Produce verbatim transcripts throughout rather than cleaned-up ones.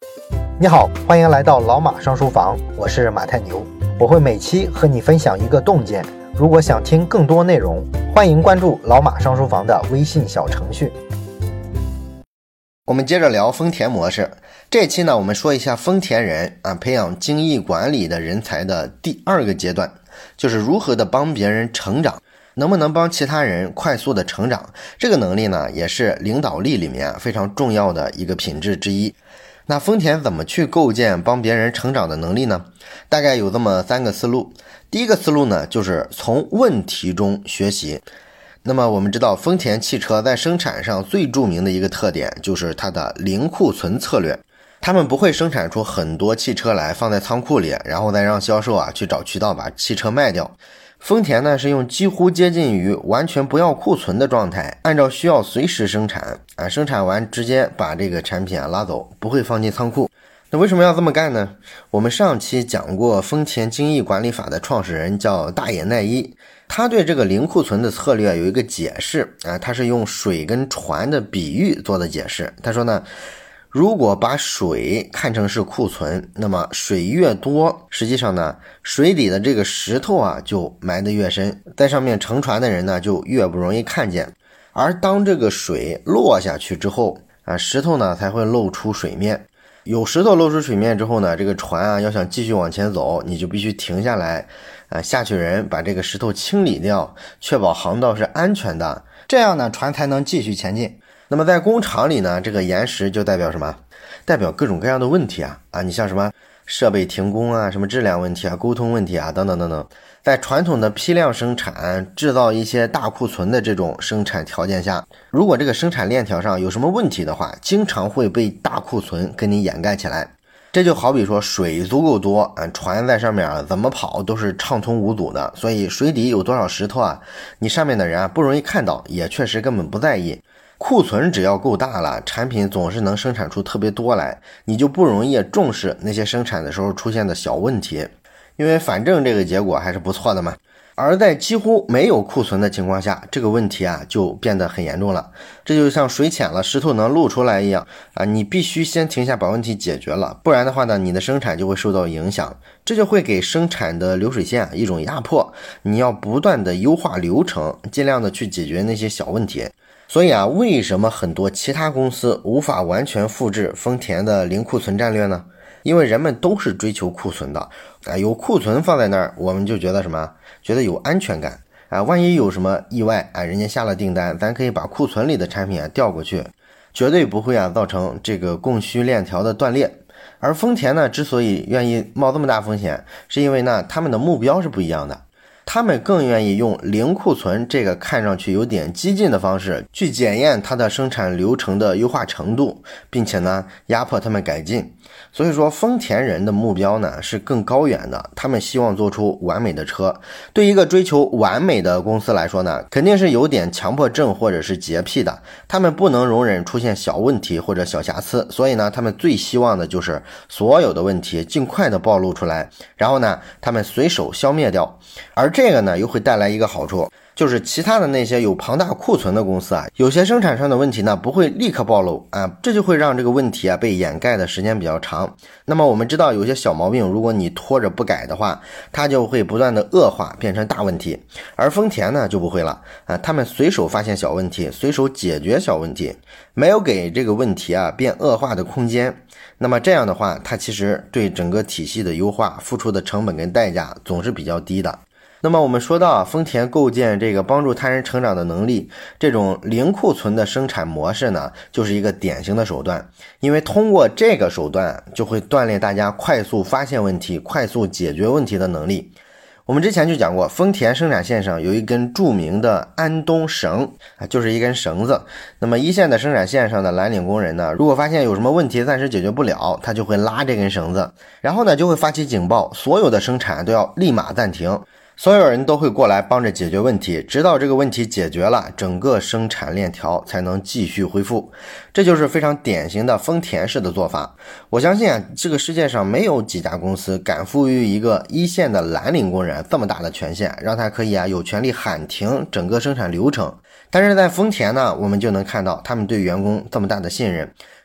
你好，欢迎来到老马上书房，我是马太牛，我会每期和你分享一个洞见。如果想听更多内容，欢迎关注老马上书房的微信小程序。 我们接着聊丰田模式。这期呢，我们说一下丰田人啊培养精益管理的人才的第二个阶段，就是如何的帮别人成长，能不能帮其他人快速的成长。这个能力呢，也是领导力里面非常重要的一个品质之一。那丰田怎么去构建帮别人成长的能力呢？大概有这么三个思路。第一个思路呢，就是从问题中学习。那么我们知道丰田汽车在生产上最著名的一个特点就是它的零库存策略。他们不会生产出很多汽车来放在仓库里，然后再让销售啊去找渠道把汽车卖掉。丰田呢是用几乎接近于完全不要库存的状态，按照需要随时生产啊，生产完直接把这个产品啊拉走，不会放进仓库。那为什么要这么干呢？我们上期讲过丰田精益管理法的创始人叫大野耐一，他对这个零库存的策略有一个解释啊，他是用水跟船的比喻做的解释。他说呢，如果把水看成是库存，那么水越多，实际上呢，水底的这个石头啊就埋得越深，在上面乘船的人呢就越不容易看见。而当这个水落下去之后啊，石头呢才会露出水面。有石头露出水面之后呢，这个船啊要想继续往前走，你就必须停下来啊，下去人把这个石头清理掉，确保航道是安全的，这样呢船才能继续前进。那么在工厂里呢，这个岩石就代表什么？代表各种各样的问题啊啊！你像什么设备停工啊，什么质量问题啊，沟通问题啊，等等等等。在传统的批量生产制造一些大库存的这种生产条件下，如果这个生产链条上有什么问题的话，经常会被大库存给你掩盖起来。这就好比说水足够多啊，船在上面啊怎么跑都是畅通无阻的，所以水底有多少石头啊，你上面的人啊不容易看到，也确实根本不在意。库存只要够大了，产品总是能生产出特别多来，你就不容易重视那些生产的时候出现的小问题，因为反正这个结果还是不错的嘛。而在几乎没有库存的情况下，这个问题啊就变得很严重了。这就像水浅了石头能露出来一样啊，你必须先停下把问题解决了，不然的话呢，你的生产就会受到影响，这就会给生产的流水线啊一种压迫。你要不断的优化流程，尽量的去解决那些小问题。所以啊，为什么很多其他公司无法完全复制丰田的零库存战略呢？因为人们都是追求库存的啊，有库存放在那儿，我们就觉得什么？觉得有安全感啊，万一有什么意外啊，人家下了订单，咱可以把库存里的产品啊调过去，绝对不会啊造成这个供需链条的断裂。而丰田呢，之所以愿意冒这么大风险，是因为呢他们的目标是不一样的。他们更愿意用零库存这个看上去有点激进的方式去检验它的生产流程的优化程度，并且呢压迫他们改进。所以说丰田人的目标呢是更高远的，他们希望做出完美的车。对一个追求完美的公司来说呢，肯定是有点强迫症或者是洁癖的，他们不能容忍出现小问题或者小瑕疵，所以呢他们最希望的就是所有的问题尽快的暴露出来，然后呢他们随手消灭掉。而这个呢又会带来一个好处，就是其他的那些有庞大库存的公司啊，有些生产上的问题呢不会立刻暴露啊，这就会让这个问题啊被掩盖的时间比较长。那么我们知道有些小毛病，如果你拖着不改的话，它就会不断的恶化变成大问题。而丰田呢就不会了啊，他们随手发现小问题，随手解决小问题，没有给这个问题啊变恶化的空间。那么这样的话，它其实对整个体系的优化付出的成本跟代价总是比较低的。那么我们说到啊，丰田构建这个帮助他人成长的能力，这种零库存的生产模式呢，就是一个典型的手段。因为通过这个手段，就会锻炼大家快速发现问题、快速解决问题的能力。我们之前就讲过，丰田生产线上有一根著名的安东绳啊，就是一根绳子。那么一线的生产线上的蓝领工人呢，如果发现有什么问题暂时解决不了，他就会拉这根绳子，然后呢就会发起警报，所有的生产都要立马暂停。所有人都会过来帮着解决问题，直到这个问题解决了，整个生产链条才能继续恢复。这就是非常典型的丰田式的做法。我相信啊，这个世界上没有几家公司敢赋予一个一线的蓝领工人这么大的权限，让他可以啊有权利喊停整个生产流程。但是在丰田呢，我们就能看到他们对员工这么大的信任，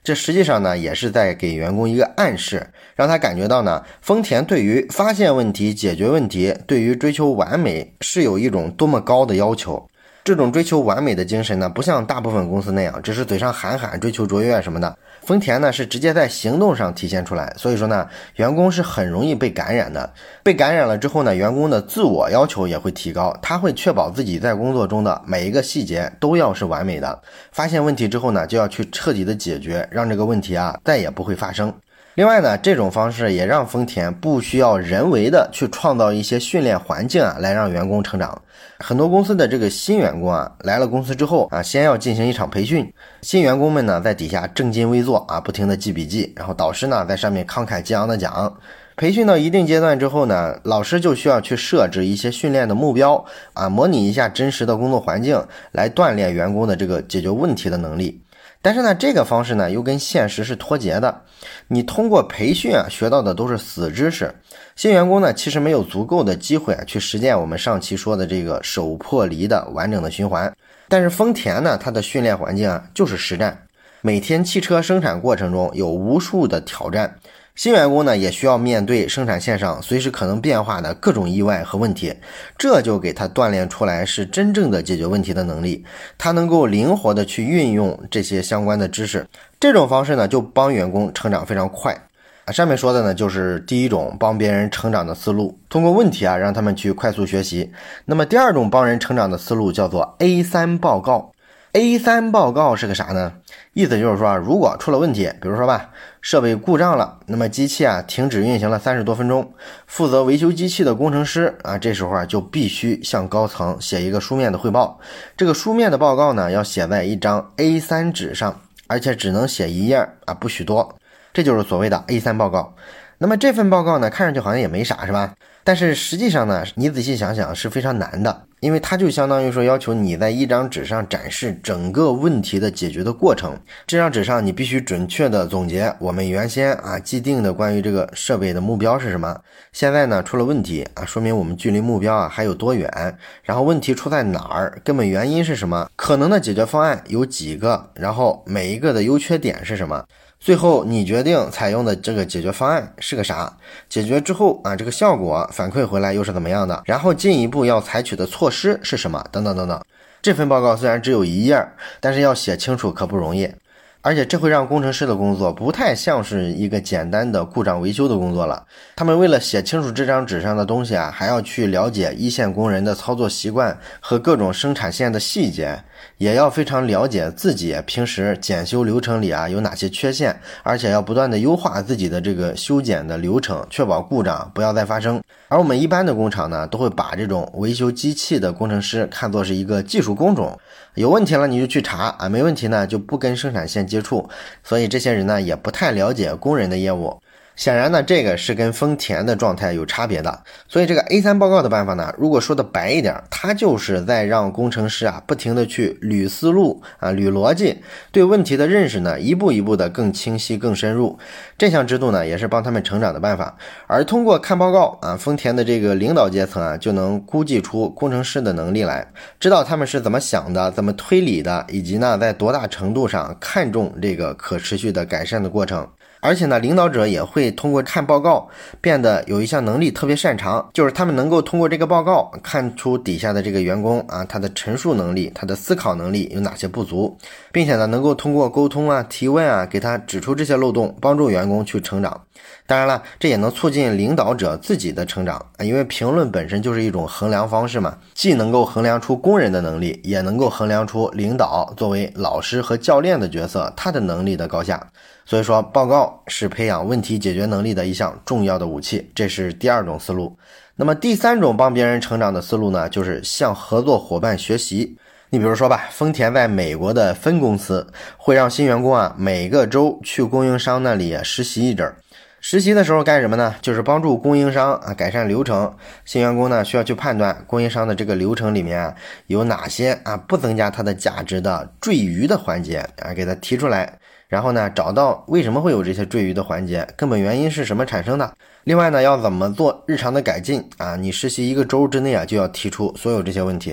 这实际上呢也是在给员工一个暗示，让他感觉到呢丰田对于发现问题、解决问题，对于追求完美是有一种多么高的要求。这种追求完美的精神呢，不像大部分公司那样只是嘴上喊喊追求卓越什么的，丰田呢是直接在行动上体现出来，所以说呢员工是很容易被感染的。被感染了之后呢，员工的自我要求也会提高，他会确保自己在工作中的每一个细节都要是完美的，发现问题之后呢就要去彻底的解决，让这个问题啊再也不会发生。另外呢，这种方式也让丰田不需要人为的去创造一些训练环境啊，来让员工成长。很多公司的这个新员工啊，来了公司之后啊，先要进行一场培训。新员工们呢，在底下正襟危坐啊，不停的记笔记，然后导师呢在上面慷慨激昂的讲。培训到一定阶段之后呢，老师就需要去设置一些训练的目标啊，模拟一下真实的工作环境，来锻炼员工的这个解决问题的能力。但是呢，这个方式呢又跟现实是脱节的。你通过培训啊学到的都是死知识，新员工呢其实没有足够的机会啊去实践我们上期说的这个手破离的完整的循环。但是丰田呢，它的训练环境啊就是实战，每天汽车生产过程中有无数的挑战。新员工呢也需要面对生产线上随时可能变化的各种意外和问题，这就给他锻炼出来是真正的解决问题的能力，他能够灵活的去运用这些相关的知识。这种方式呢就帮员工成长非常快啊。上面说的呢就是第一种帮别人成长的思路，通过问题啊让他们去快速学习。那么第二种帮人成长的思路叫做 A 三 报告。A 三 报告是个啥呢？意思就是说，如果出了问题，比如说吧，设备故障了，那么机器啊停止运行了三十多分钟，负责维修机器的工程师啊，这时候啊就必须向高层写一个书面的汇报。这个书面的报告呢，要写在一张 A 三 纸上，而且只能写一页啊，不许多。这就是所谓的 A 三 报告。那么这份报告呢，看上去好像也没啥，是吧？但是实际上呢，你仔细想想是非常难的，因为它就相当于说要求你在一张纸上展示整个问题的解决的过程。这张纸上你必须准确的总结我们原先啊既定的关于这个设备的目标是什么，现在呢出了问题啊，说明我们距离目标啊还有多远，然后问题出在哪儿，根本原因是什么，可能的解决方案有几个，然后每一个的优缺点是什么，最后你决定采用的这个解决方案是个啥，解决之后啊这个效果反馈回来又是怎么样的，然后进一步要采取的措施是什么，等等等等。这份报告虽然只有一页，但是要写清楚可不容易，而且这会让工程师的工作不太像是一个简单的故障维修的工作了。他们为了写清楚这张纸上的东西啊，还要去了解一线工人的操作习惯和各种生产线的细节，也要非常了解自己平时检修流程里啊有哪些缺陷，而且要不断的优化自己的这个修检的流程，确保故障不要再发生。而我们一般的工厂呢，都会把这种维修机器的工程师看作是一个技术工种，有问题了你就去查啊，没问题呢就不跟生产线接触，所以这些人呢也不太了解工人的业务。显然呢，这个是跟丰田的状态有差别的。所以这个 A 三 报告的办法呢，如果说的白一点，它就是在让工程师啊不停的去捋思路啊、捋逻辑，对问题的认识呢一步一步的更清晰、更深入。这项制度呢也是帮他们成长的办法。而通过看报告啊，丰田的这个领导阶层啊就能估计出工程师的能力来，知道他们是怎么想的、怎么推理的，以及呢在多大程度上看重这个可持续的改善的过程。而且呢，领导者也会通过看报告变得有一项能力特别擅长，就是他们能够通过这个报告看出底下的这个员工啊，他的陈述能力、他的思考能力有哪些不足，并且呢，能够通过沟通啊、提问啊，给他指出这些漏洞，帮助员工去成长。当然了，这也能促进领导者自己的成长啊，因为评论本身就是一种衡量方式嘛，既能够衡量出工人的能力，也能够衡量出领导作为老师和教练的角色他的能力的高下。所以说，报告是培养问题解决能力的一项重要的武器，这是第二种思路。那么第三种帮别人成长的思路呢，就是向合作伙伴学习。你比如说吧，丰田在美国的分公司会让新员工啊每个周去供应商那里实习一阵儿。实习的时候干什么呢？就是帮助供应商啊改善流程。新员工呢需要去判断供应商的这个流程里面啊有哪些啊不增加它的价值的赘余的环节啊，给它提出来。然后呢，找到为什么会有这些赘余的环节，根本原因是什么产生的。另外呢，要怎么做日常的改进啊？你实习一个周之内啊，就要提出所有这些问题。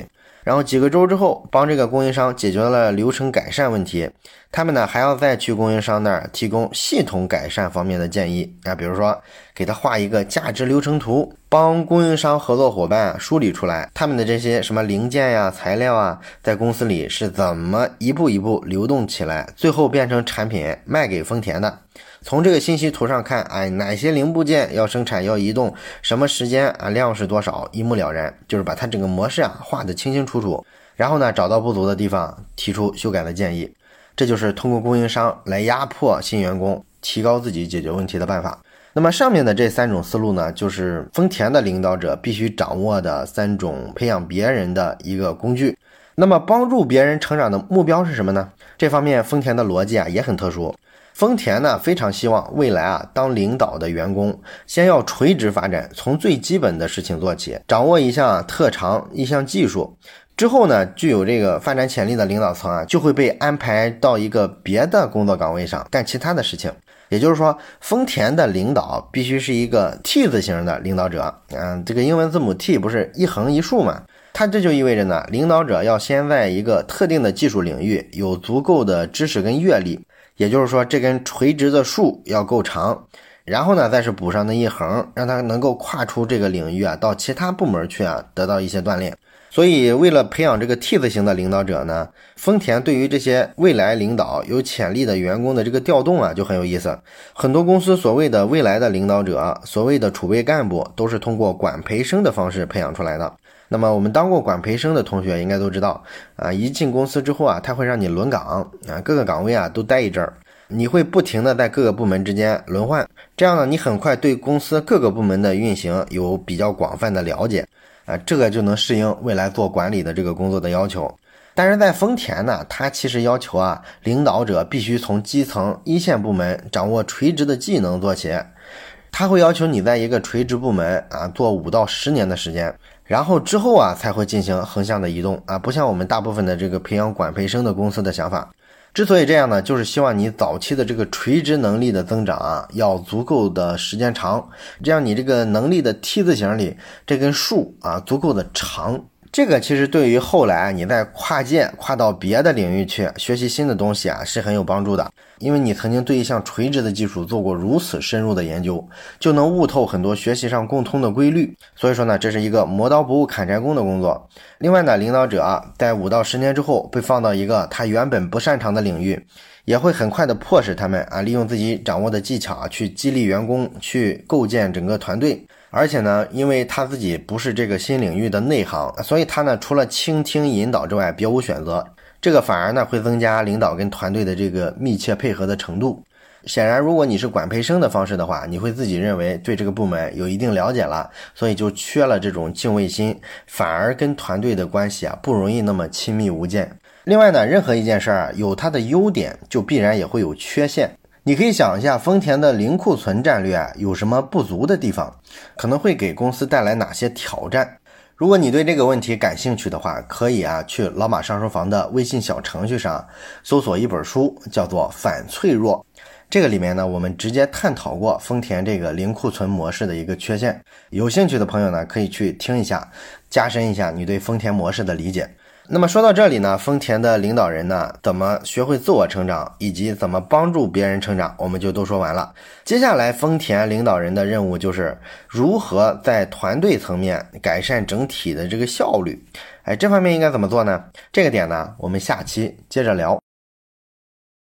然后几个周之后帮这个供应商解决了流程改善问题，他们呢还要再去供应商那儿提供系统改善方面的建议啊，比如说给他画一个价值流程图，帮供应商合作伙伴梳理出来他们的这些什么零件呀、材料啊，在公司里是怎么一步一步流动起来，最后变成产品卖给丰田的。从这个信息图上看，哎，哪些零部件要生产要移动，什么时间啊，量是多少，一目了然，就是把它整个模式啊画得清清楚楚，然后呢找到不足的地方提出修改的建议。这就是通过供应商来压迫新员工，提高自己解决问题的办法。那么上面的这三种思路呢，就是丰田的领导者必须掌握的三种培养别人的一个工具。那么帮助别人成长的目标是什么呢？这方面丰田的逻辑啊也很特殊。丰田呢非常希望未来啊当领导的员工先要垂直发展，从最基本的事情做起，掌握一项特长一项技术，之后呢具有这个发展潜力的领导层啊就会被安排到一个别的工作岗位上干其他的事情。也就是说，丰田的领导必须是一个 T 字形的领导者，嗯，这个英文字母 T 不是一横一竖吗？它这就意味着呢，领导者要先在一个特定的技术领域有足够的知识跟阅历，也就是说这根垂直的树要够长，然后呢再是补上那一横，让他能够跨出这个领域啊，到其他部门去啊，得到一些锻炼。所以为了培养这个 T 字型的领导者呢，丰田对于这些未来领导有潜力的员工的这个调动啊就很有意思。很多公司所谓的未来的领导者，所谓的储备干部，都是通过管培生的方式培养出来的。那么我们当过管培生的同学应该都知道啊，一进公司之后啊，他会让你轮岗啊，各个岗位啊都待一阵儿，你会不停的在各个部门之间轮换，这样呢你很快对公司各个部门的运行有比较广泛的了解啊，这个就能适应未来做管理的这个工作的要求。但是在丰田呢，它其实要求啊，领导者必须从基层一线部门掌握垂直的技能做起，它会要求你在一个垂直部门啊做五到十年的时间，然后之后啊才会进行横向的移动啊，不像我们大部分的这个培养管培生的公司的想法。之所以这样呢，就是希望你早期的这个垂直能力的增长啊，要足够的时间长，这样你这个能力的 T 字形里这根树啊足够的长。这个其实对于后来你在跨界跨到别的领域去学习新的东西啊是很有帮助的，因为你曾经对一项垂直的技术做过如此深入的研究，就能悟透很多学习上共通的规律。所以说呢，这是一个磨刀不误砍柴工的工作。另外呢，领导者啊在五到十年之后被放到一个他原本不擅长的领域，也会很快的迫使他们啊利用自己掌握的技巧啊去激励员工，去构建整个团队。而且呢，因为他自己不是这个新领域的内行，所以他呢除了倾听引导之外别无选择，这个反而呢会增加领导跟团队的这个密切配合的程度。显然如果你是管培生的方式的话，你会自己认为对这个部门有一定了解了，所以就缺了这种敬畏心，反而跟团队的关系啊不容易那么亲密无间。另外呢，任何一件事儿有它的优点，就必然也会有缺陷。你可以想一下丰田的零库存战略啊有什么不足的地方，可能会给公司带来哪些挑战。如果你对这个问题感兴趣的话，可以啊去老马上书房的微信小程序上搜索一本书，叫做《反脆弱》。这个里面呢，我们直接探讨过丰田这个零库存模式的一个缺陷。有兴趣的朋友呢，可以去听一下，加深一下你对丰田模式的理解。那么说到这里呢，丰田的领导人呢怎么学会自我成长，以及怎么帮助别人成长，我们就都说完了。接下来丰田领导人的任务就是如何在团队层面改善整体的这个效率。哎，这方面应该怎么做呢？这个点呢，我们下期接着聊。